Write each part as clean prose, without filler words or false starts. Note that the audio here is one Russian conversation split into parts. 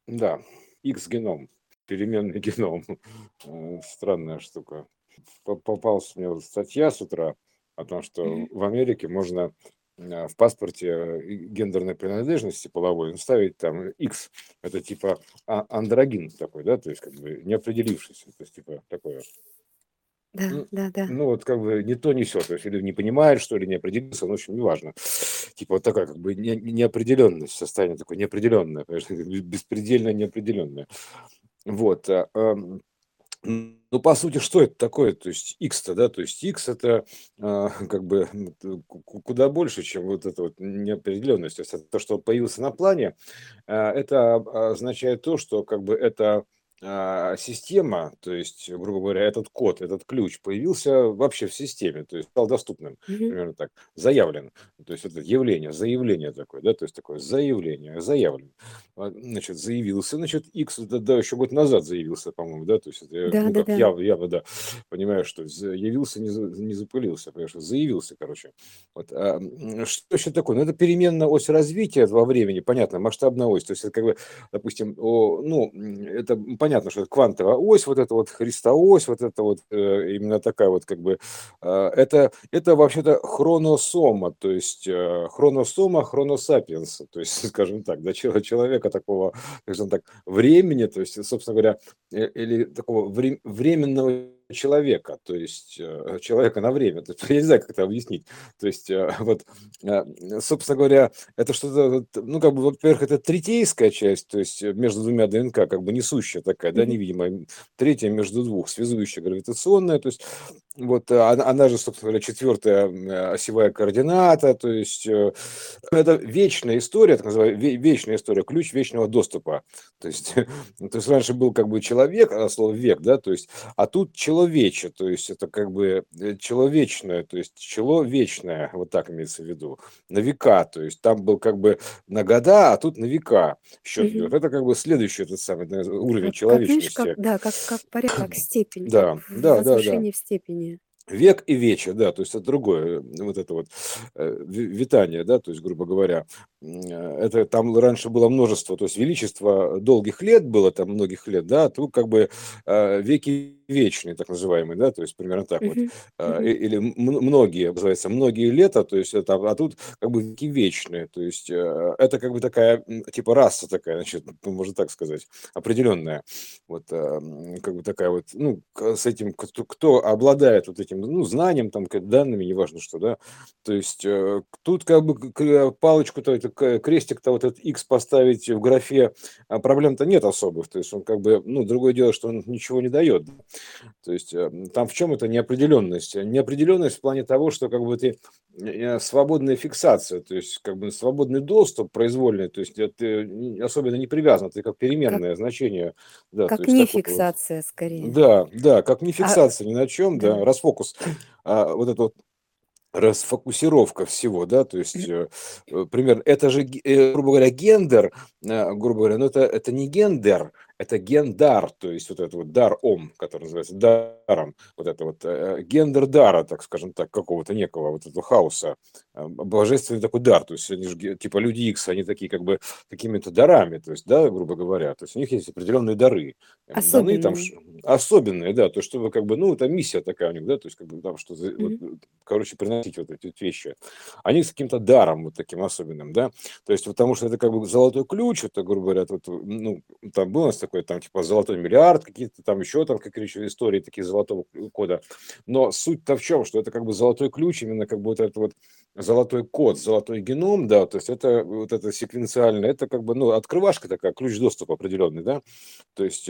Да, X-геном, переменный геном. Странная штука. Попалась мне вот статья с утра о том, что Мгм. в Америке можно в паспорте гендерной принадлежности половой ставить там X. Это типа андрогин такой, да, то есть как бы неопределившийся, то есть типа такое. Да, Ну, да-да. ну, вот как бы не то, не сё. То есть или не понимает, что ли, не определился, ну, в общем, неважно. Типа вот такая как бы неопределенность, состояние такое неопределенное, конечно, беспредельно неопределенное. Вот. Ну, по сути, что это такое? То есть X-то, да, то есть X это как бы куда больше, чем вот эта вот неопределенность. То есть это то, что появился на плане, это означает то, что как бы эта система, то есть, грубо говоря, этот код, этот ключ появился вообще в системе, то есть стал доступным, Мгм. примерно так, заявлен. То есть это явление, заявление такое, да, то есть такое заявление, заявлен. Значит, заявился, значит, X, да, еще год назад заявился, по-моему, да, то есть, это, ну, как Да-да-да. я, да, понимаю, что явился, не запылился, понимаешь, заявился, короче. Вот, что еще такое? Ну, это переменная ось развития во времени, понятно, масштабная ось, то есть, это как бы, допустим, ну, это понятно, что это квантовая ось, вот это вот христоось, вот это вот именно такая вот, как бы, это вообще-то хроносома, то есть хроносома хроносапиенса, то есть, скажем так, да, человека такого, скажем так, времени, то есть, собственно говоря, или такого временного человека, то есть человека на время, то есть, я не знаю, как это объяснить, то есть вот, собственно говоря, это что-то, ну, как бы, во-первых, это третейская часть, то есть между двумя ДНК, как бы несущая такая, да, Мгм. невидимая, третья между двух, связующая гравитационная, то есть вот она же, собственно говоря, четвертая осевая координата, то есть это вечная история, так называемая вечная история, ключ вечного доступа. То есть, то есть раньше был как бы человек, слово век, да, то есть, а тут человече, то есть это как бы человечное, то есть человечное, вот так имеется в виду, на века, то есть там был как бы на года, а тут на века счет Мгм. идет. Это как бы следующий этот самый уровень Как, знаешь, как, человечности. да, как порядок, как степень, как Да, да, да, да. возвышение в степени. Век и вече, да, то есть это другое, вот это вот витание, да, то есть, грубо говоря, это там раньше было множество, то есть величество долгих лет было, там многих лет, да, а тут как бы веки вечные, так называемые, да, то есть примерно так вот, Мгм. Мгм. или многие, называется, многие лета, то есть это, а тут как бы веки вечные, то есть это как бы такая, типа раса такая, значит, ну, можно так сказать, определенная. Вот, как бы такая вот, ну, с этим, кто обладает вот этим, ну, знанием, там, данными, неважно что, да. То есть тут как бы палочку-то, крестик-то, вот этот X поставить в графе, проблем-то нет особых. То есть он как бы, ну, другое дело, что он ничего не дает. То есть там в чем это неопределенность? Неопределенность в плане того, что как бы ты свободная фиксация, то есть как бы свободный доступ произвольный, то есть ты особенно не привязан, ты как Как, переменное значение, да, то как есть не такой вот. фиксация скорее. Да, да, как не А, фиксация ни на чем, да. да, расфокус, вот это вот расфокусировка всего, да, то есть, примерно, это же, грубо говоря, гендер, грубо говоря, но это не гендер, это гендар, то есть вот это вот дар-ом, который называется даром, вот это вот гендер дара, так скажем так, какого-то некого вот этого хаоса, божественный такой дар, то есть они же типа люди Икс, они такие как бы какими-то дарами, то есть, да, грубо говоря, то есть у них есть определенные дары, даны там Особенные. особенные, да, то есть чтобы как бы, ну, это миссия такая у них, да, то есть как бы там что, вот, Мгм. короче, приносить вот эти вот вещи. Они с каким-то даром вот таким особенным, да, то есть потому что это как бы золотой ключ, это, грубо говоря, вот, ну, там был у нас такой, там, типа, золотой миллиард, какие-то там еще там, какие еще истории такие золотого кода, но суть-то в чем, что это как бы золотой ключ, именно как бы вот этот вот золотой код, золотой геном, да, то есть это вот это секвенциально, это как бы, ну, открывашка такая, ключ доступа определенный, да, то есть,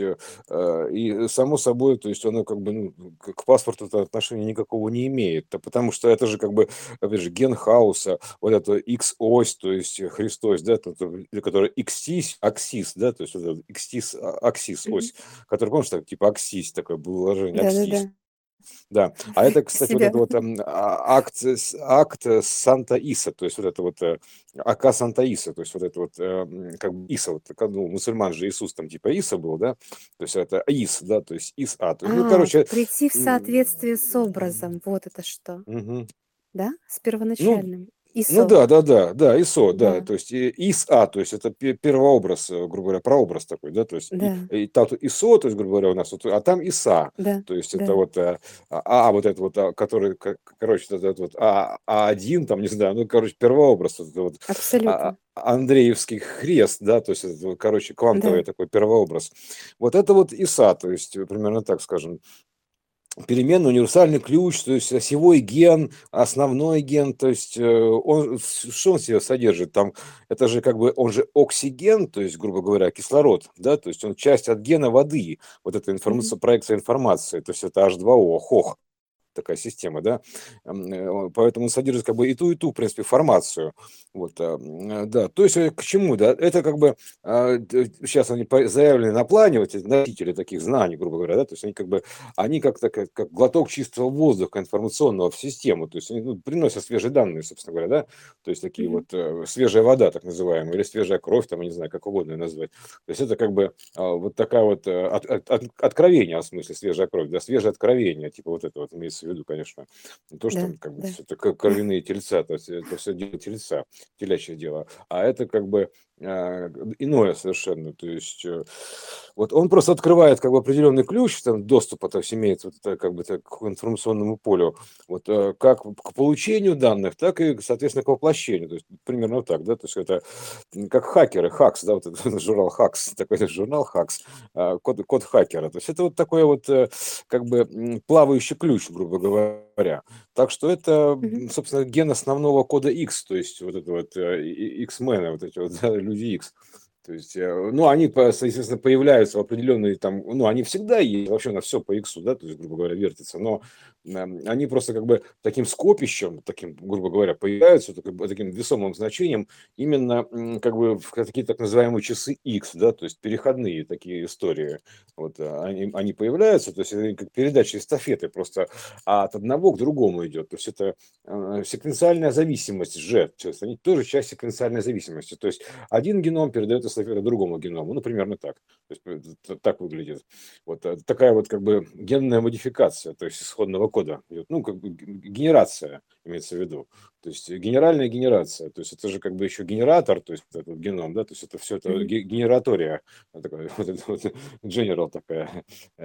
и само собой, то есть оно как бы, ну, к паспорту отношения никакого не имеет, потому что это же как бы, опять же, ген хаоса, вот это X-ось, то есть Христос, да, который X-сись, аксис, да, то есть вот этот X-сис, аксис, Мгм. ось, который, помнишь, так, типа аксис, такое было выражение, Да-да-да. аксис. Да, а это, В кстати, вот себя. это вот акт Санта-Иса, то есть вот это вот Ака Санта-Иса, то есть вот это вот как бы Иса, вот, ну, мусульман же Иисус там типа Иса был, да, то есть это Ис, да, то есть Ис-А, то есть, ну, короче, Прийти в м, соответствие с образом. Вот это что. мгм. Да? С Ну, первоначальным. Ну ISO. да, ISO, да, Да, то есть ИСА, то есть это первообраз, грубо говоря, прообраз такой, да, то есть да, тут ISO, то есть, грубо говоря, у нас, вот, а там ИСА, да, то есть это да, вот вот это вот, который, короче, вот этот вот А1, там, не знаю, ну, короче, первообраз, вот это вот абсолютно. Андреевский хрест, да, то есть это, вот, короче, квантовый Да. такой первообраз. Вот это вот ИСА, то есть примерно так скажем. Переменный универсальный ключ, то есть осевой ген, основной ген, то есть что он в себе содержит? Там, это же как бы, он же оксиген, то есть, грубо говоря, кислород, да, то есть он часть от гена воды, вот эта Мгм. информация, проекция информации, то есть это H2O, хох, такая система, да, поэтому он содержит как бы и ту, в принципе, формацию, вот, да, то есть к чему, да, это как бы, сейчас они заявлены на плане, вот эти носители таких знаний, грубо говоря, да, то есть они как бы, они как глоток чистого воздуха информационного в систему, то есть они, ну, приносят свежие данные, собственно говоря, да, то есть такие Мгм. вот свежая вода, так называемая, или свежая кровь, там, я не знаю, как угодно ее назвать, то есть это как бы вот такая вот откровение, в смысле, свежая кровь, да, свежее откровение, типа вот это вот имеется в виду, конечно, не то, что Да, там как бы да. все это кровяные тельца, то есть это все дело тельца, телячье дело, а это как бы иное совершенно, то есть вот он просто открывает как бы определенный ключ, там доступа, то есть имеет вот это, как бы так, к информационному полю, вот как к получению данных, так и, соответственно, к воплощению, то есть примерно вот так, да, то есть это как хакеры, Хакс, да, вот этот журнал Хакс, такой журнал Хакс, код хакера. То есть это вот такой вот как бы плавающий ключ, грубо говоря. Так что это, Мгм. собственно, ген основного кода X, то есть вот это вот X-мены, вот эти вот да, люди X. То есть, ну, они, естественно, появляются в определенные там, ну, они всегда есть, вообще на все по иксу, да, то есть, грубо говоря, вертятся, но они просто как бы таким скопищем, таким, грубо говоря, появляются, таким весомым значением именно как бы в такие так называемые часы X, да, то есть переходные такие истории. Вот они появляются, то есть это как передача эстафеты, просто от одного к другому идет. То есть это секвенциальная зависимость же, то есть они тоже часть секвенциальной зависимости. То есть один геном передает эстафету другому геному, ну, примерно так. То есть так выглядит. Вот такая вот как бы генная модификация, то есть исходного кода, идет. Ну, как бы генерация имеется в виду. То есть генеральная генерация, то есть это же как бы еще генератор, то есть этот геном, да, то есть это все это Мгм. генератория, такая, вот это вот general такая,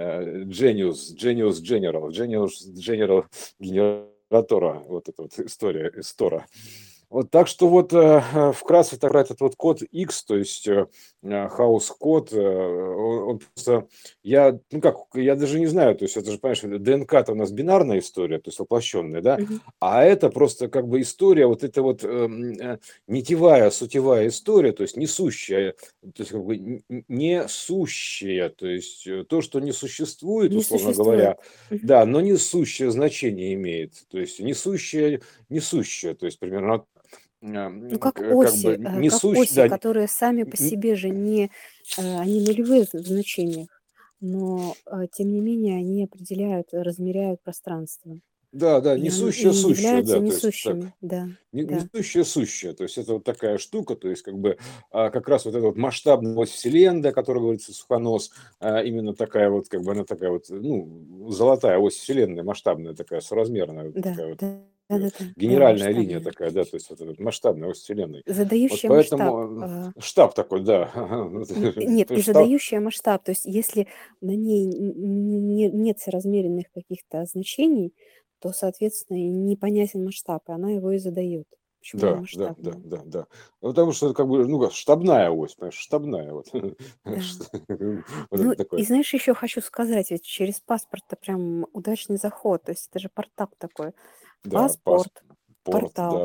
genius general генератора, вот эта вот история, истора. Вот так что вот вкратце так этот вот код X, то есть хаос-код, он просто, я, ну как, я даже не знаю, то есть это же, понимаешь, ДНК-то у нас бинарная история, то есть воплощенная, да, Мгм. а это просто как бы история, вот это вот нитевая, сутевая история, то есть несущая, то есть как бы несущая, то есть то, что не существует, Не условно существует. говоря, Мгм. да, но несущее значение имеет, то есть несущее, то есть примерно Ну, как как бы оси, как несущ, оси, да, которые сами по себе же не, они нулевые в значениях, но, тем не менее они определяют, размеряют пространство, да, и несущее сущее, являются да, то есть так, несущими. Да, да, несущее сущее, то есть это вот такая штука, то есть как бы как раз вот эта вот масштабная ось Вселенная, о которой говорится Сухонос, именно такая вот, как бы она такая вот, ну, золотая ось Вселенной, масштабная такая, соразмерная, вот да, такая вот да, да-да-да, да, генеральная линия масштабная. такая, да, то есть вот эта вот масштабная ось Вселенной. Вот Задающая масштаб, поэтому штаб такой, да, нет, и штаб, задающая масштаб. То есть если на ней нет соразмеренных каких-то значений, то, соответственно, и непонятен масштаб, и она его и задает. Почему она масштабная? Да. Ну, потому что как бы, ну, как штабная ось, понимаешь, штабная вот. Да. Вот Ну, это и такое. знаешь, еще хочу сказать, ведь через паспорт-то прям удачный заход. То есть это же портал такой. Да, Паспорт, паспорт, портал. да,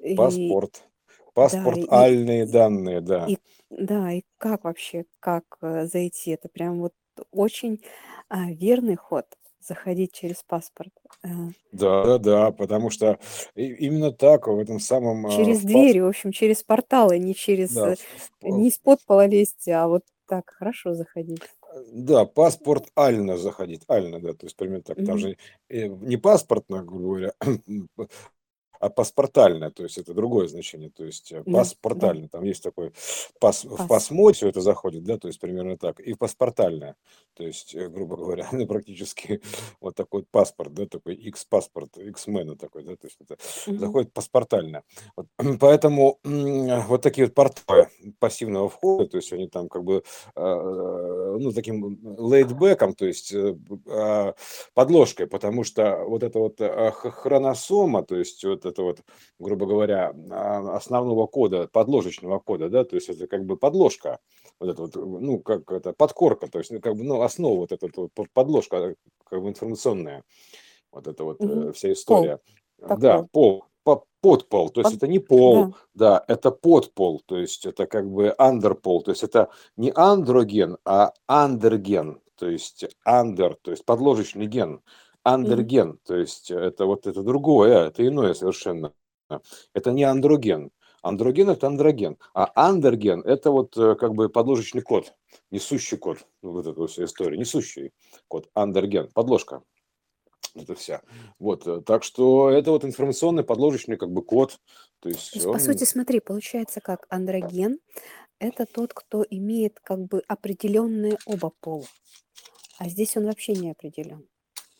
И паспорт, да, паспортальные данные, да. да, и как вообще, как зайти? Это прям вот очень верный ход заходить через паспорт. Э, Да, потому что именно так в этом самом, Через двери, в общем, через порталы, не через, да, не из-под пола лезть, а вот так хорошо заходить. да, паспорт ально заходить, ально, да, то есть примерно так, там Мгм. же не паспортно, грубо говоря, а паспортальное, то есть это другое значение, то есть Да, да, паспортальное, там есть такой в пас. пасмоте это заходит, да, то есть примерно так, и паспортальное, то есть, грубо говоря, ну, практически вот такой вот паспорт, да, такой X-паспорт, X-мена такой, да, то есть это Мгм. заходит паспортально. Вот, поэтому вот такие вот портфели пассивного входа, то есть они там как бы, ну, таким лейтбэком, то есть подложкой, потому что вот это вот хроносома, то есть вот это вот, грубо говоря, основного кода, подложечного кода, да, то есть это как бы подложка, вот это вот, ну, как это, подкорка, то есть, ну, как бы, ну, основа вот эта вот подложка, как бы информационная, вот это вот Мгм. вся Пол, история. как Да, пол. пол, подпол, то есть Под... это не пол, Да. да, это подпол, то есть это как бы андерпол, то есть это не андроген, а андерген, то есть андер, то есть подложечный ген, Мгм. андерген, то есть это вот это другое, это иное совершенно. Это не андроген. Андроген это андроген, а андерген это вот как бы подложечный код, несущий код, вот эта вот вся история, несущий код, андерген, подложка. Это вся. Вот, так что это вот информационный подложечный как бы код, то То есть есть, по сути, он, смотри, получается, как андроген– это тот, кто имеет как бы определенные оба пола, а здесь он вообще не определен.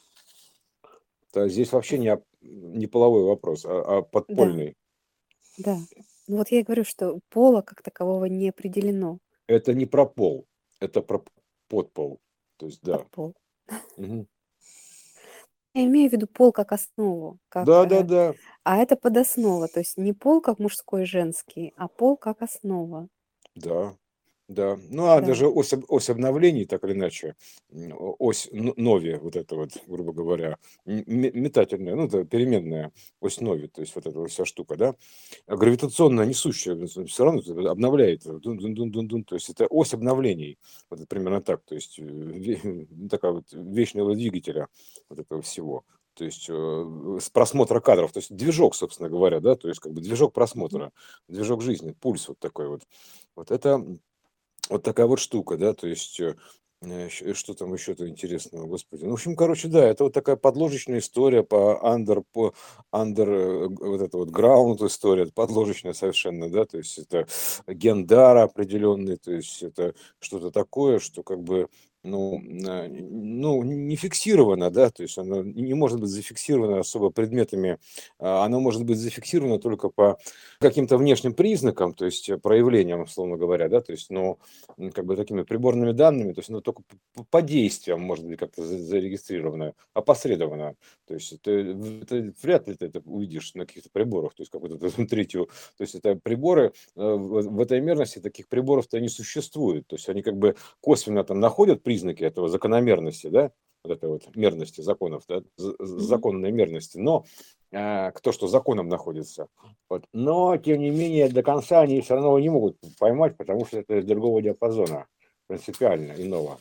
здесь вообще не половой вопрос, а Да, подпольный. да. Ну вот я и говорю, что пола как такового не определено Это не про пол, это про подпол. То есть, под да. пол. Мгм. Я имею в виду пол как основу, Да, да, да. а это подоснова, то есть не пол как мужской и женский, а пол как основа. Да, да. Ну, а Да. даже ось обновлений, так или иначе, ось нови, вот это вот, грубо говоря, метательная, ну, это переменная ось нови, то есть вот эта вот вся штука, да, гравитационно несущая, все равно это обновляет, дун-дун-дун-дун-дун, то есть это ось обновлений, вот это примерно так, то есть такая вот вечного двигателя вот этого всего. То есть с просмотра кадров, то есть движок, собственно говоря, да, то есть как бы движок Мгм. просмотра, движок жизни, пульс вот такой вот. Вот это вот такая вот штука, да, то есть что там еще-то интересного, господи. Ну, в общем, короче, да, это вот такая подложечная история вот это вот граунд история, это подложечная совершенно, да, то есть это гендар определенный, то есть это что-то такое, что как бы, ну, ну, не фиксировано, да, то есть оно не может быть зафиксировано особо предметами, оно может быть зафиксировано только по каким-то внешним признакам, то есть проявлениям, условно говоря, да, то есть, но как бы такими приборными данными, то есть оно только по действиям может быть как-то зарегистрировано, опосредованно. То есть это вряд ли ты это увидишь на каких-то приборах, то есть какую-то третью, то есть это приборы, в этой мерности таких приборов-то не существует, то есть они как бы косвенно там находят признаки этого закономерности, да, вот этой вот мерности законов, да, Мгм. законной мерности, но кто что законом находится. Вот. Но, тем не менее, до конца они все равно его не могут поймать, потому что это из другого диапазона, принципиально иного.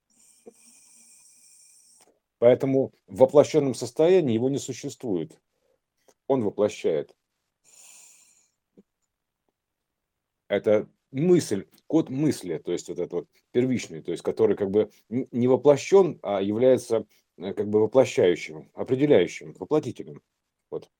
Поэтому в воплощенном состоянии его не существует. Он воплощает. Это мысль, код мысли, то есть вот этот вот первичный, то есть который как бы не воплощен, а является как бы воплощающим, определяющим, воплотителем. Вот.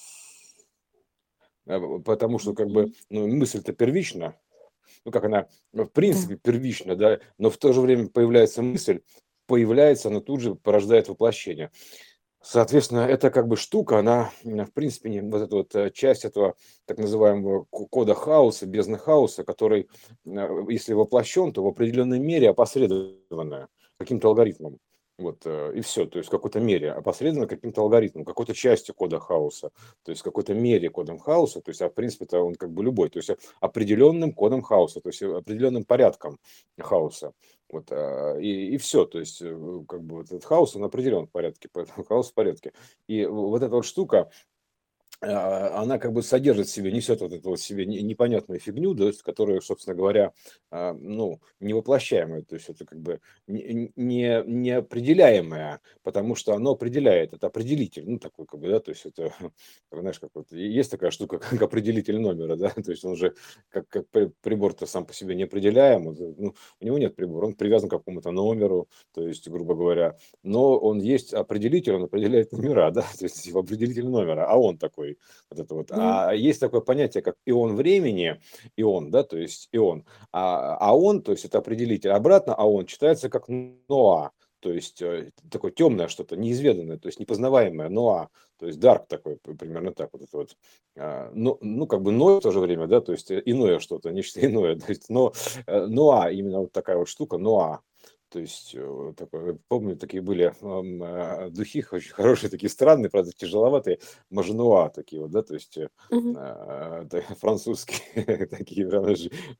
Потому что как бы Мгм. ну, мысль-то первична, ну как она в Да. принципе первична, да, но в то же время появляется мысль, появляется, она тут же порождает воплощение. Соответственно, эта как бы штука, она в принципе вот эта вот часть этого так называемого кода хаоса, бездны хаоса, который, если воплощен, то в определенной мере опосредованно каким-то алгоритмом. Вот, и все, то есть в какой-то мере опосредованно каким-то алгоритмом, какой-то частью кода хаоса, то есть в какой-то мере кодом хаоса, то есть, в принципе-то он как бы любой, то есть определенным кодом хаоса, то есть определенным порядком хаоса. Вот, и все, то есть, как бы вот этот хаос, он определен в порядке, поэтому хаос в порядке. И вот эта вот штука, она как бы содержит в себе, несет вот эту вот в себе непонятную фигню, да, которая, собственно говоря, ну, невоплощаемая, то есть это как бы неопределяемая, потому что оно определяет, это определитель, ну, такой как бы, да, то есть это, знаешь, как вот, есть такая штука, как определитель номера, да, то есть он же, как прибор-то сам по себе не определяем, ну, у него нет прибора, он привязан к какому-то номеру, то есть, грубо говоря, но он есть определитель, он определяет номера, да, то есть типа определитель номера, а он такой, такой, вот это вот. Мгм. А есть такое понятие, как ион времени, ион, да, то есть ион. А он, то есть это определитель обратно, а он читается как ноа, то есть такое темное что-то, неизведанное, то есть непознаваемое, ноа, то есть дарк такой, примерно так вот это вот. Ну, как бы ное в то же время, да, то есть иное что-то, нечто иное, то есть, но ноа, именно вот такая вот штука, ноа. То есть, такое, помню, такие были духи очень хорошие, такие странные, правда, тяжеловатые, мажнуа такие вот, да, то есть Мгм. французские, такие прям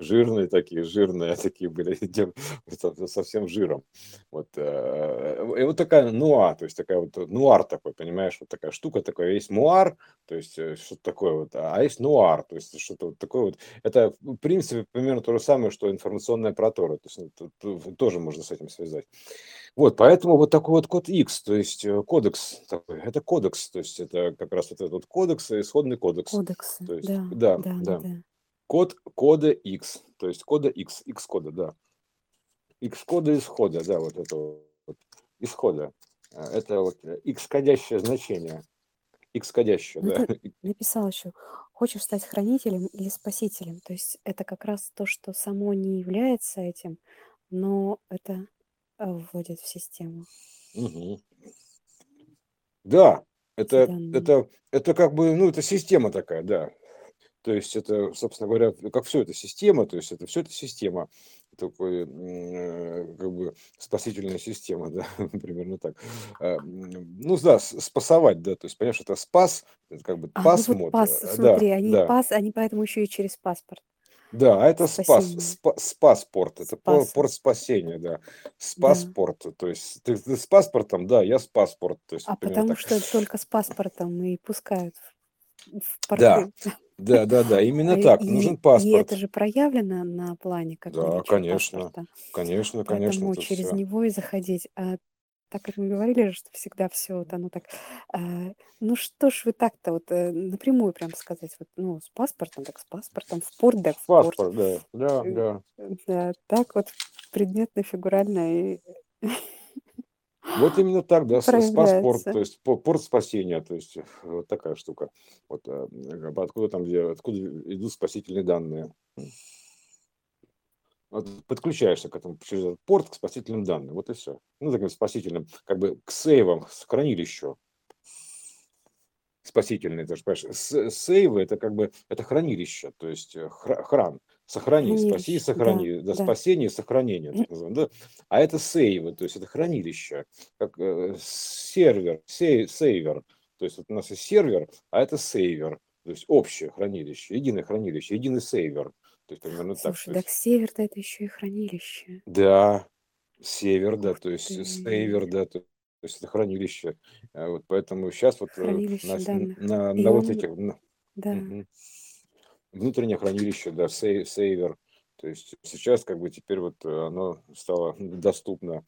жирные такие были, совсем жиром. Вот, и вот такая нуа, то есть такая вот нуар такой, понимаешь, вот такая штука такая, есть муар, то есть что-то такое вот, а есть нуар, то есть что-то вот такое вот. Это, в принципе, примерно то же самое, что информационная протора, то есть тоже можно с этим связать. Вот, поэтому вот такой вот код X, то есть кодекс такой, это кодекс, то есть это как раз вот этот вот кодекс, исходный кодекс. Кодексы. То есть, Да, да, да, да, да, да. код кода X, то есть кода X, X кода, да. X кода исхода, да, вот это вот исхода. Это вот X-кодящее значение, X-кодящее, Но да. ты написал еще, хочешь стать хранителем или спасителем. То есть это как раз то, что само не является этим, но это вводит в систему Мгм. Да, эти это, данные. это, это как бы, ну, это система такая, да. То есть это, собственно говоря, как все это система, то есть это все это система, такой, как бы спасительная система, да, примерно так. Ну да, спасовать, да, то есть, понимаешь, это спас, это как бы Ну вот пас-мод, пас, да, смотри, они да, пас, они поэтому еще и через паспорт. да, а это Спасение. спаспорт, это Спаса. порт спасения, да, Да. спаспорт, то есть ты с паспортом, да, я с паспорт, то есть А вот примерно потому так. что только с паспортом и пускают в Да, порты. да, да, да, именно так, нужен И это паспорт. же проявлено на плане как Да, наличие конечно, паспорта. конечно, Поэтому это через все. него и заходить. А так как мы говорили же, что всегда все вот оно так, ну что ж вы так-то вот, напрямую прям сказать, вот, ну, с паспортом, так с паспортом, в порт, так в порт. Паспорт, да, да, Э, да. да, так вот предметно, фигурально и Вот именно так, да, спаспорт, то проявляется. есть порт спасения, то есть вот такая штука. Вот откуда там, откуда идут спасительные данные. Вот подключаешься к этому через этот порт к спасительным данным, вот и все. Ну, таким спасительным, как бы к сейвам, к хранилищу. Спасительные, ты же понимаешь, сейвы это как бы это хранилище, то есть хран, сохрани, спаси, Хранилище. Да, сохрани, да, да. спасение, сохранение, так называемое, да? А это сейвы, то есть это хранилище, как сервер, сейвер, то есть вот у нас есть сервер, а это сейвер, то есть общее хранилище, единый сейвер, то есть примерно так, то Слушай, так есть север-то это еще и хранилище. да, север, да, Ух то есть ты. сейвер, да, то есть это хранилище. Вот поэтому сейчас вот Хранилище данных. И на вот он, этих да. мгм, внутреннее хранилище, да, сейвер. То есть сейчас как бы теперь вот оно стало доступно.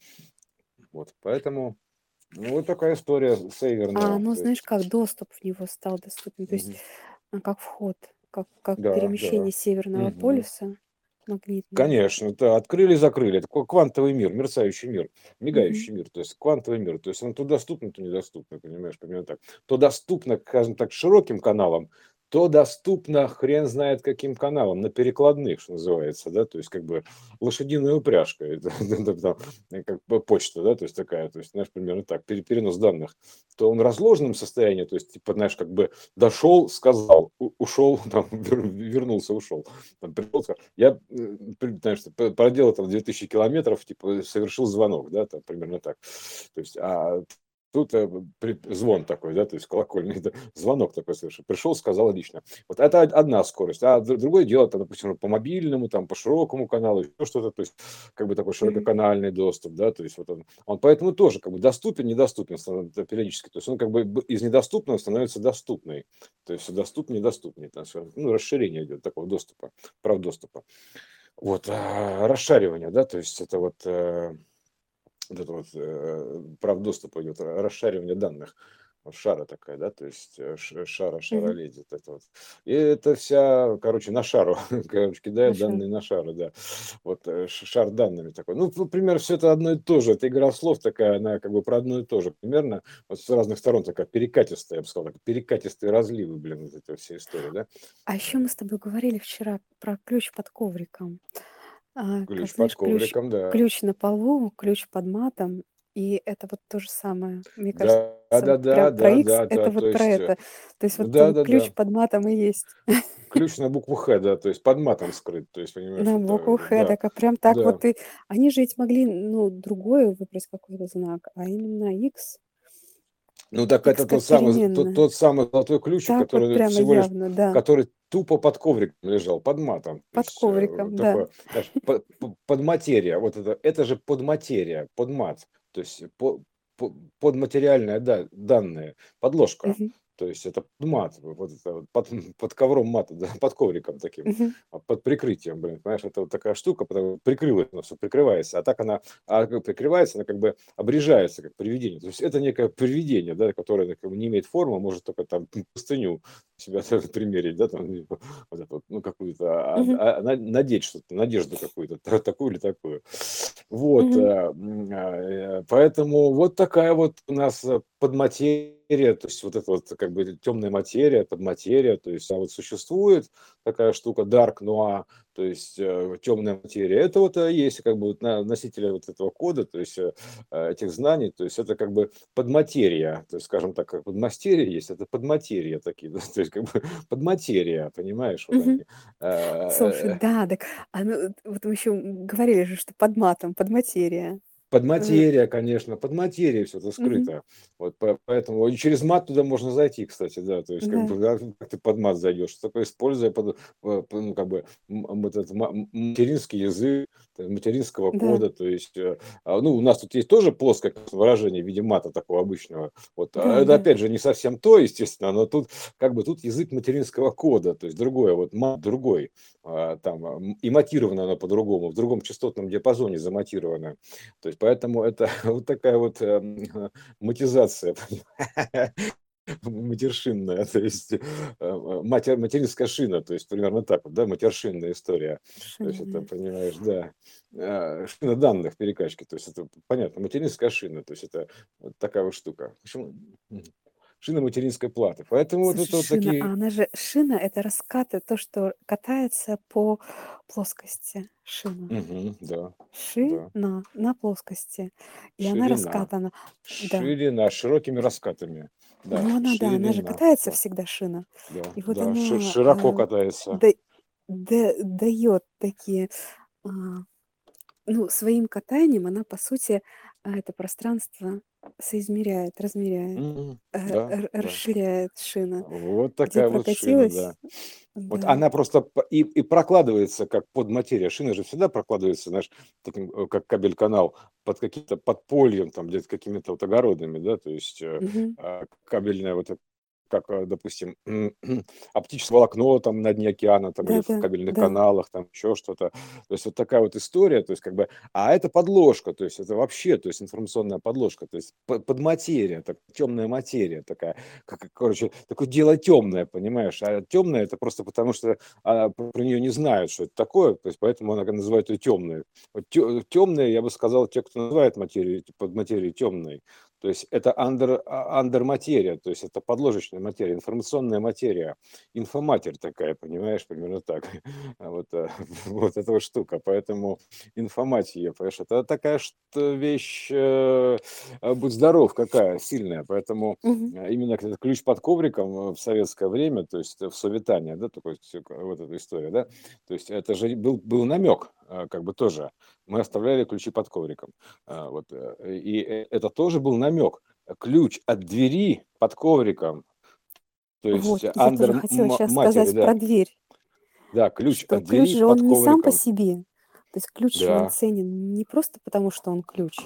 Вот поэтому ну, вот такая история сейверная. Ну, То знаешь, есть как доступ в него стал доступен, то есть, мгм, как вход, как да, да. перемещение Северного Мгм. полюса магнитного. Конечно, это открыли, закрыли. Это такой квантовый мир, мерцающий мир, Мгм. мигающий мир, то есть квантовый мир. То есть он то доступно, то недоступно, понимаешь, примерно так. То доступно, скажем так, широким каналам, то доступно хрен знает каким каналам, на перекладных, что называется, да, то есть как бы лошадиная упряжка, это там, как бы почта, да, то есть такая, то есть, знаешь, примерно так, перенос данных. То он в разложенном состоянии, то есть, типа, знаешь, как бы дошел, сказал, ушел, там, вернулся, ушел. Там, пришел, сказал, я, знаешь, проделал там 2000 километров, типа, совершил звонок, да, там, примерно так. То есть, тут звон такой, да, то есть колокольный, да, звонок такой совершил. Пришел, сказал лично. Вот это одна скорость. А другое дело, там, допустим, по мобильному, там, по широкому каналу, еще что-то, то есть, как бы такой Мгм. ширококанальный доступ, да, то есть, вот он поэтому тоже, как бы, доступен, недоступен периодически. То есть, он, как бы, из недоступного становится доступный. То есть, доступнее, недоступнее. Ну, расширение идет такого доступа, прав доступа. Вот, расшаривание, да, то есть, это вот это вот прав доступа идет, расшаривание данных. Вот шара такая, да, то есть шара, Мгм. леди, вот это вот. И это вся, короче, на шару, короче, кидает Хорошо. данные на шару, да. Вот шар данными такой. Ну, примерно все это одно и то же. Это игра слов такая, она как бы про одно и то же примерно. Вот с разных сторон такая перекатистая, я бы сказал, так, перекатистые разливы, блин, вот эта вся история, да. А еще мы с тобой говорили вчера про ключ под ковриком. Как Ключ под знаешь, ключ ковриком, да. ключ на полу, ключ под матом, и это вот то же самое. Мне кажется, Да, вот да, прям да, про да, X- да, это да, вот то про есть, это. То есть вот да, да, ключ да. под матом и есть. Ключ на букву Х, да, то есть под матом скрыт, то есть, понимаешь, На это, букву Х, да, так прям так да. вот и они же ведь могли, ну, другое выбрать какой-то знак, а именно X. Ну, так X это как тот переменная. самый золотой ключик, Так вот который прямо всего лишь, явно, да. который тупо под ковриком лежал, под матом. То Под есть, ковриком, да. такое, знаешь, подматерия, вот это же подматерия, подмат, то есть подматериальная, да, данные, подложка. Мгм, То есть это подмат, вот это вот под ковром мата, да, под ковриком таким, мгм, под прикрытием, блин, понимаешь, это вот такая штука, потому прикрылась, она все прикрывается, а так она, как прикрывается, она как бы обрежается, как привидение. То есть это некое привидение, да, которое как бы не имеет формы, может только там простыню себя примерить, да, там, вот это вот, ну, какую-то, мгм, надеть что-то, надежду какую-то, такую или такую. Вот, мгм. поэтому вот такая вот у нас подматерия, то есть вот это вот как бы темная материя, подматерия, то есть вот существует такая штука dark noir, то есть темная материя. Это вот есть как бы вот носители вот этого кода, то есть этих знаний, то есть это как бы подматерия, то есть, скажем так, как подмастерье есть, это подматерия такие, да, то есть как бы подматерия, понимаешь, вот Мгм. они. Слушай, да, так, ну, вот мы еще говорили же, что под матом, под материя. Э, Подматерия, конечно, подматерия все это мгм. скрыто. Вот поэтому и через мат туда можно зайти, кстати, да. То есть как Да, бы, да, как ты под мат зайдешь, такое используя ну, как бы вот этот материнский язык, материнского да, кода. То есть, ну, у нас тут есть тоже плоское выражение в виде мата такого обычного. Вот, да, это да. опять же не совсем то, естественно, но тут как бы тут язык материнского кода, то есть другое, вот мат другой, там и матировано оно по-другому, в другом частотном диапазоне заматировано. То есть поэтому это вот такая вот матизация, матершинная, то есть материнская шина, то есть примерно так вот, да, матершинная история. То есть это, Совершенно понимаешь, да, шина данных перекачки, то есть это понятно, материнская шина, то есть это вот такая вот штука. В общем, шина материнской платы. Поэтому вот Слушай, это вот шина, а такие, она же шина- это раскаты, то, что катается по плоскости. Шина. да, да, Шина на плоскости. И она ширина, раскатана. Да. ширина с широкими раскатами, да, Ну она, да, она же ширина, катается да. всегда, шина. Да, И вот да, она, широко катается. да даёт такие, а, ну, своим катанием она, по сути, это пространство соизмеряет, размеряет, Да, да. расширяет шина. Вот Где такая вот шина, прокатилась, да. Вот да. она просто и прокладывается как под материя. Шина же всегда прокладывается, знаешь, таким, как кабель-канал под каким-то подпольем, там, где-то какими-то вот огородами, да, то есть Мгм. кабельная вот как, допустим, оптическое волокно там на дне океана там или в Да-да, кабельных да. каналах, там еще что-то. То есть вот такая вот история, то есть как бы, а это подложка, то есть это вообще, то есть информационная подложка, то есть подматерия, так, темная материя такая, короче, такое дело темное, понимаешь, а темное это просто потому, что про нее не знают, что это такое, то есть поэтому она называют ее темной. Вот темные, я бы сказал, те, кто называет материю, под материей темной, то есть это андерматерия, то есть это подложечная материя, информационная материя, инфоматерь такая, понимаешь, примерно так. Вот, вот эта вот штука. Поэтому информатия, понимаешь, это такая вещь, будь здоров, какая сильная. Поэтому Мгм. именно этот ключ под ковриком в советское время, то есть в советание, да, такой, вот эта история, да, то есть это же был намек, как бы тоже. Мы оставляли ключи под ковриком. Вот, и это тоже был намек. Ключ от двери под ковриком, то есть Вот, я тоже хотела сейчас матери, сказать да. про дверь, Да, ключ что от ключ двери же под он не сам по ковриком. себе. То есть ключ же он Да, ценен не просто потому, что он ключ,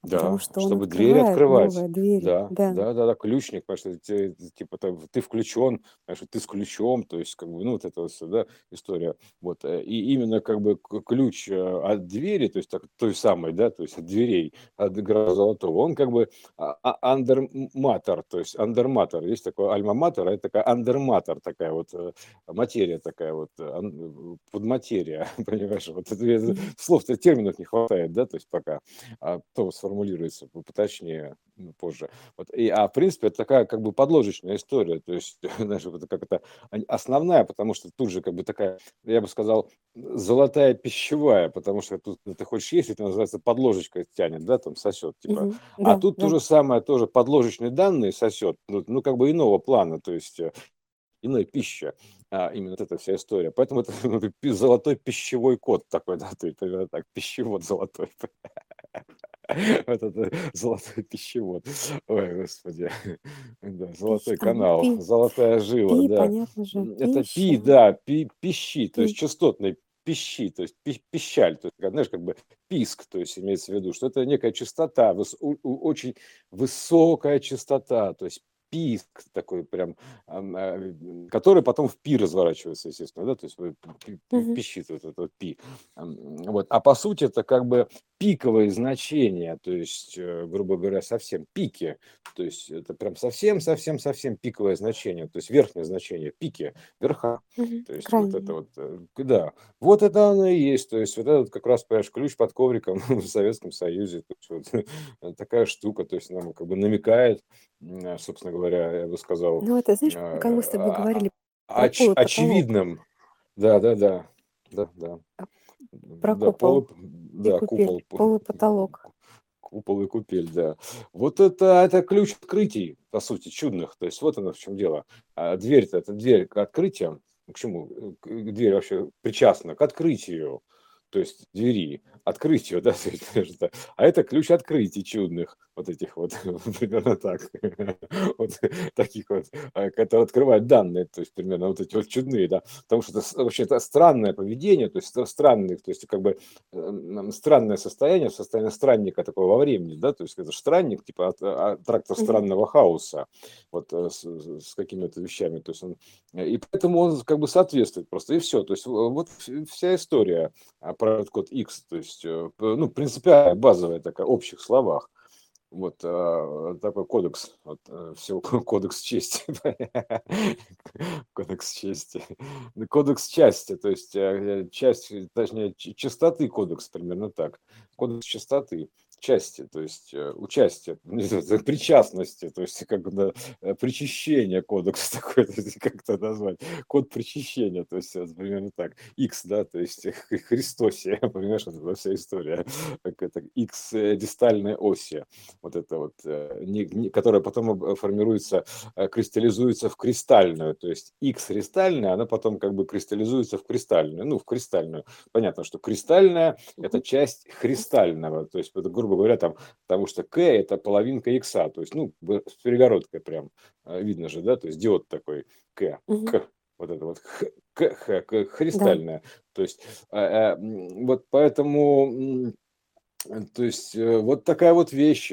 потому Да, что он чтобы двери открывает открывать. новые двери. Да, Да. да-да-да, ключник, потому что типа ты включен, потому что ты с ключом, то есть как бы, ну, вот это вот всё, да, история. Вот, и именно как бы ключ, от двери, то есть той самой, да, то есть от дверей, от графа Золотого, он как бы андерматор, то есть андерматор. Есть такой альма-матер, а это такая андерматор, такая вот, материя такая вот, подматерия, понимаешь? Вот это Мгм. слов-то, терминов не хватает, да, то есть пока. То сформулируется поточнее, позже. Вот, в принципе, это такая как бы подложечная история, то есть, знаешь, вот как это основная, потому что тут же как бы такая, я бы сказал, золотая пищевая, потому что тут ты хочешь есть, это называется подложечка тянет, да, там сосет, типа. Мгм. А Да, тут то да. же самое, тоже подложечные данные сосет, ну как бы иного плана, то есть иной пища, именно вот эта вся история. Поэтому это золотой пищевой код такой, да, то есть примерно так, пищевод золотой. Вот это золотой пищевод. Ой, господи. Да, золотой Ну, канал, золотая жила, да. понятно же, Это пи, пища, да, пищи, то есть пи. частотный пищи, то есть пищаль, то есть, знаешь, как бы писк, то есть имеется в виду, что это некая частота, очень высокая частота, то есть писк такой прям, который потом в пи разворачивается, естественно, да, то есть Мгм. пищит вот это вот пи. Вот. А по сути это как бы пиковые значения, то есть, грубо говоря, совсем пики, то есть это прям совсем пиковое значение, то есть верхнее значение, пики, верха. Мгм. То есть вот это Крайне. вот, да, вот это оно и есть, то есть вот этот как раз, понимаешь, ключ под ковриком в Советском Союзе, то есть вот такая штука, то есть нам как бы намекает, собственно говоря, я бы сказал, Ну, это, знаешь, как мы с тобой а, говорили про пол и потолок, очевидным, да-да-да, да-да. а, про Да, купол и да, купель, пол и потолок. купол и купель, да. Вот это ключ открытий, по сути, чудных. То есть вот оно в чем дело. Дверь-то, это дверь к открытиям. К чему? Дверь вообще причастна к открытию. То есть двери, открытию, да, то есть, а это ключ открытий чудных, вот этих вот, примерно так, вот таких вот, которые открывают данные, то есть примерно вот эти вот чудные, да, потому что это вообще это странное поведение, то есть это странный, то есть как бы странное состояние странника такого во времени, да, то есть это ж странник, типа трактор Мгм. странного хаоса, вот с какими-то вещами, то есть он, и поэтому он как бы соответствует просто, и все, то есть вот вся история про этот код X, то есть, ну, принципиально базовая такая, в общих словах. Вот такой кодекс, вот, всего кодекс чести. Кодекс чести. Ну, кодекс части, то есть часть, точнее, чистоты кодекс, примерно так. Кодекс чистоты части, то есть участие, причастности, то есть как бы причащение кодекс такой, то есть как это назвать, код причащения, то есть примерно так, X, да, то есть Христосия, понимаешь, вот эта вся история, как это X дистальной оси, вот это вот, которая потом формируется, кристаллизуется в кристальную, то есть X кристальная, она потом как бы кристаллизуется в кристальную, ну, в кристальную. Понятно, что кристальная – это Мгм. часть кристального, то есть, это, грубо говоря, там, потому что К – это половинка Икса, то есть, ну, с перегородкой прям, видно же, да, то есть диод такой Мгм. К, вот это вот Да. кристальная, то есть, вот поэтому то есть, вот такая вот вещь.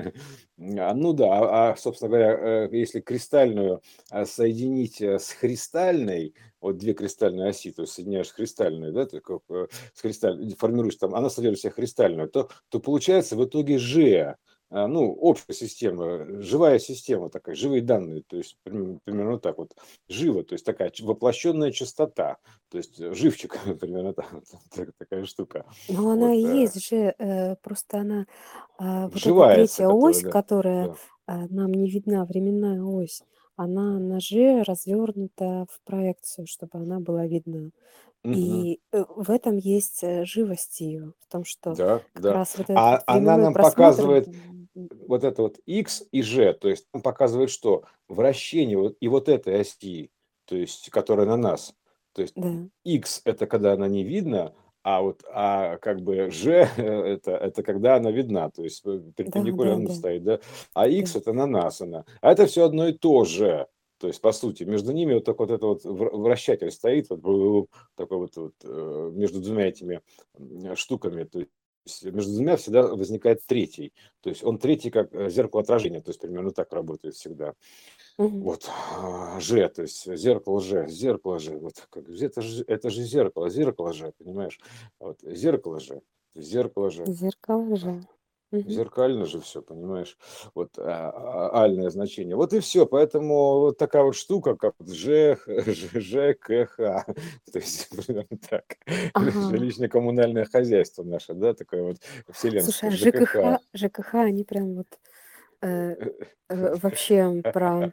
Ну да, собственно говоря, если кристальную, соединить, с христальной, вот 2 кристальные оси, то есть соединяешь христальную, да, ты как, с формируешь там, она содержит в себе христальную, то получается в итоге ну, общая система, живая система такая, живые данные, то есть примерно так вот, живо, то есть такая воплощенная частота, то есть живчик, примерно такая штука. Но она Вот, и есть же, просто она, вот эта вживается, третья которая, ось, да, которая, да. нам не видна, временная ось, она на же развернута в проекцию, чтобы она была видна. Мгм. И, в этом есть, живость ее, в том, что Да, как да. раз вот этот А вот она временной нам просмотр, показывает вот это вот X и G, то есть он показывает что? Вращение вот и вот этой оси, то есть которая на нас. То есть да, X это когда она не видна, а вот как бы G это когда она видна, то есть перпендикулярно да-да-да, стоит, да, а да. X это на нас она. А это все одно и то же. То есть, по сути, между ними вот так вот это вот вращатель стоит, вот, такой вот, между двумя этими штуками. То есть между двумя всегда возникает третий. То есть он третий как зеркало отражения, то есть примерно так работает всегда. Мгм. Вот, Ж, то есть зеркало же, вот как, это же зеркало же, понимаешь? Вот, зеркало же, Зеркало же. Мгм. зеркально же все, понимаешь? Вот, альное значение. Вот и все, поэтому вот такая вот штука, как вот ЖКХ, то есть примерно так. Ага. Жилищно-коммунальное хозяйство наше, да, такое вот Слушай, вселенское, а ЖКХ. ЖКХ, они прям вот э, вообще про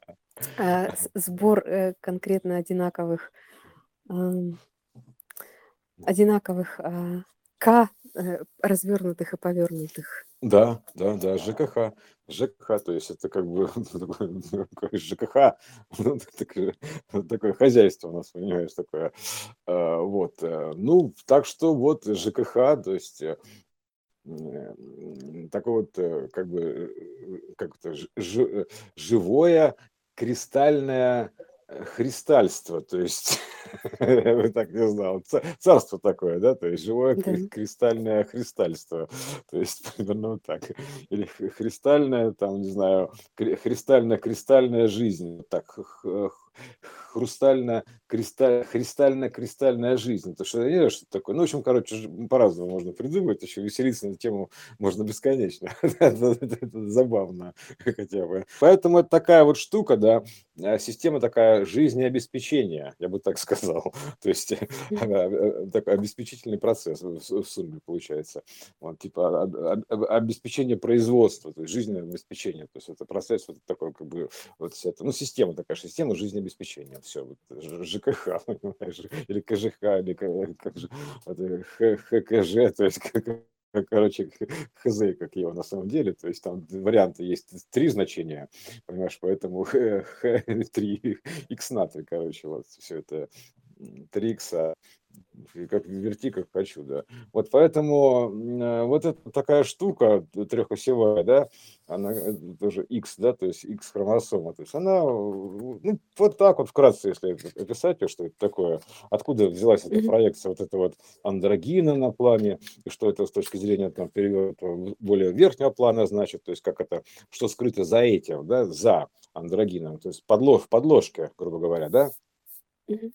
сбор конкретно ам, одинаковых К, развернутых и повернутых. Да, да, да, ЖКХ, то есть это как бы такое ЖКХ, ну, такое хозяйство у нас, понимаешь, такое. Вот, ну, так что вот ЖКХ, то есть такое вот, как бы, как это, живое кристальное христальство, то есть, я бы так не знал, царство такое, да, то есть живое Да. кристальное христальство, то есть примерно вот так. Или христальная, там, не знаю, христально-кристальная жизнь, вот так, христально-кристальная жизнь. То что я не знаю, что такое. Ну, в общем, короче, по-разному можно придумать, еще веселиться на тему можно бесконечно. Это забавно хотя бы. Поэтому это такая вот штука, да, система такая жизнеобеспечения, я бы так сказал. То есть Мгм. такой обеспечительный процесс в сумме получается. Вот, типа обеспечение производства, то есть жизненное обеспечение. То есть это процесс вот такой, как бы, вот вся эта, ну, система такая, система жизнеобеспечения. Все, вот, ЖКХ, понимаешь, или КЖХ, или как же, это ХКЖ, то есть короче, хз, как его на самом деле, то есть там варианты есть три значения, понимаешь, поэтому Х3, X на 3, короче, вот все это 3 икса, как верти, как хочу, да. Вот поэтому вот это такая штука трехосевая, да, она тоже X, да, то есть X хромосома, то есть она, ну, вот так вот вкратце, если описать, что это такое, откуда взялась эта Мгм. проекция вот этого вот андрогина на плане, и что это с точки зрения там перевернутого более верхнего плана значит, то есть как это, что скрыто за этим, да, за андрогином, то есть в подложке, грубо говоря, да, Мгм.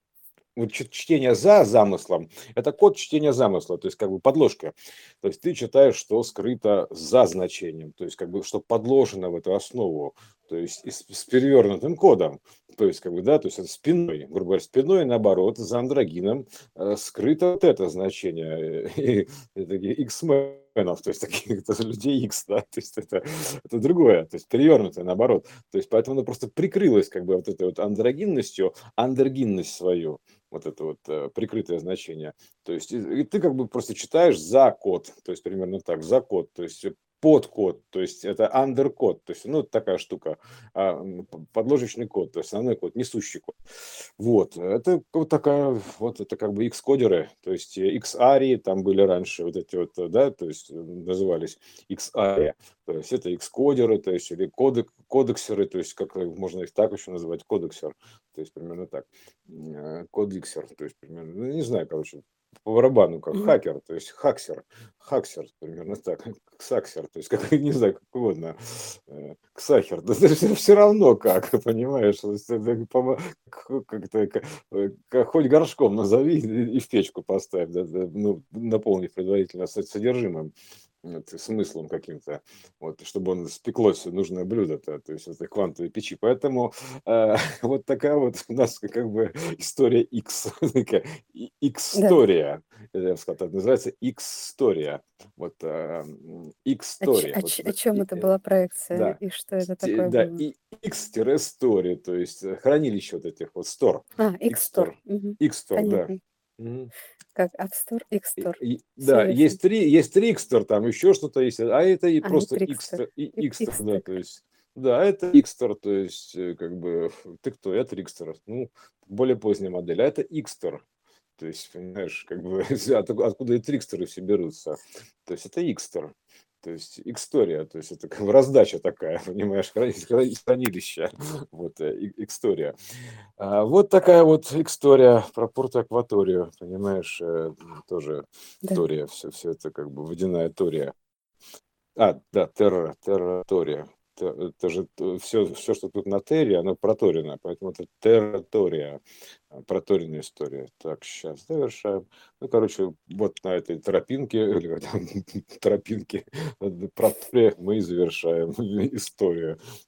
вот чтение за замыслом, это код чтения замысла, то есть как бы подложка. То есть ты читаешь, что скрыто за значением, то есть как бы что подложено в эту основу, то есть с перевернутым кодом. То есть как бы, да, то есть это спиной, грубо говоря, спиной наоборот, за андрогином скрыто вот это значение. И такие X-менов, то есть таких людей X, да, то есть это другое, то есть перевернутое наоборот. То есть поэтому оно просто прикрылось как бы вот этой вот андрогинностью, андергинность свою, вот это вот прикрытое значение. То есть и ты как бы просто читаешь за код, то есть примерно так, за код, то есть под код, то есть это андеркод, то есть, ну, такая штука, подложечный код, то есть основной код, несущий код. Вот, это вот такая, вот это как бы X-кодеры, то есть X-арии там были раньше, вот эти вот, да, то есть назывались X-ария, то есть это X-кодеры, то есть или кодексеры, то есть как можно их так еще называть, кодексер, то есть примерно так, кодексер, то есть примерно, ну, не знаю, короче, по барабану, как Мгм. хакер, то есть хаксер, примерно так, ксаксер, то есть как, не знаю, как угодно, ксахер, да все равно как, понимаешь, то есть это как-то хоть горшком назови и в печку поставь, да, ну, наполнив предварительно содержимым, вот, смыслом каким-то, вот, чтобы он спеклось нужное блюдо-то, то есть это квантовые печи. Поэтому вот такая вот у нас как бы история X, Да. X-история, я бы сказал, так называется X-история. Вот X-история. Вот, О чем это была проекция да, и что это такое да, было? и X-story, то есть хранилище вот этих вот store, X-Store. X-store, Мгм. X-store, да. Понятно. Как App Store, X-Store. Все Да, ясно. есть Трикстер, там еще что-то есть, а это и И просто Trickster. Икстер, да, X-Stack. то есть, да, это Икстер, то есть, как бы, ты кто? Я Трикстер, ну, более поздняя модель, а это Икстер, то есть, понимаешь, как бы, откуда и Трикстеры все берутся, то есть, это Икстер, То есть история, то есть это как бы раздача такая, понимаешь, хранилище, вот, история. Вот такая вот история про Порт-Акваторию, понимаешь, тоже Да. Тория, все это как бы водяная Тория. Да, терратория. Это же все, что тут на терре, оно проторено, поэтому это терратория, проторенная история. Так, сейчас завершаем. Ну, короче, вот на этой тропинке, или как там, тропинке, проторе мы и завершаем историю.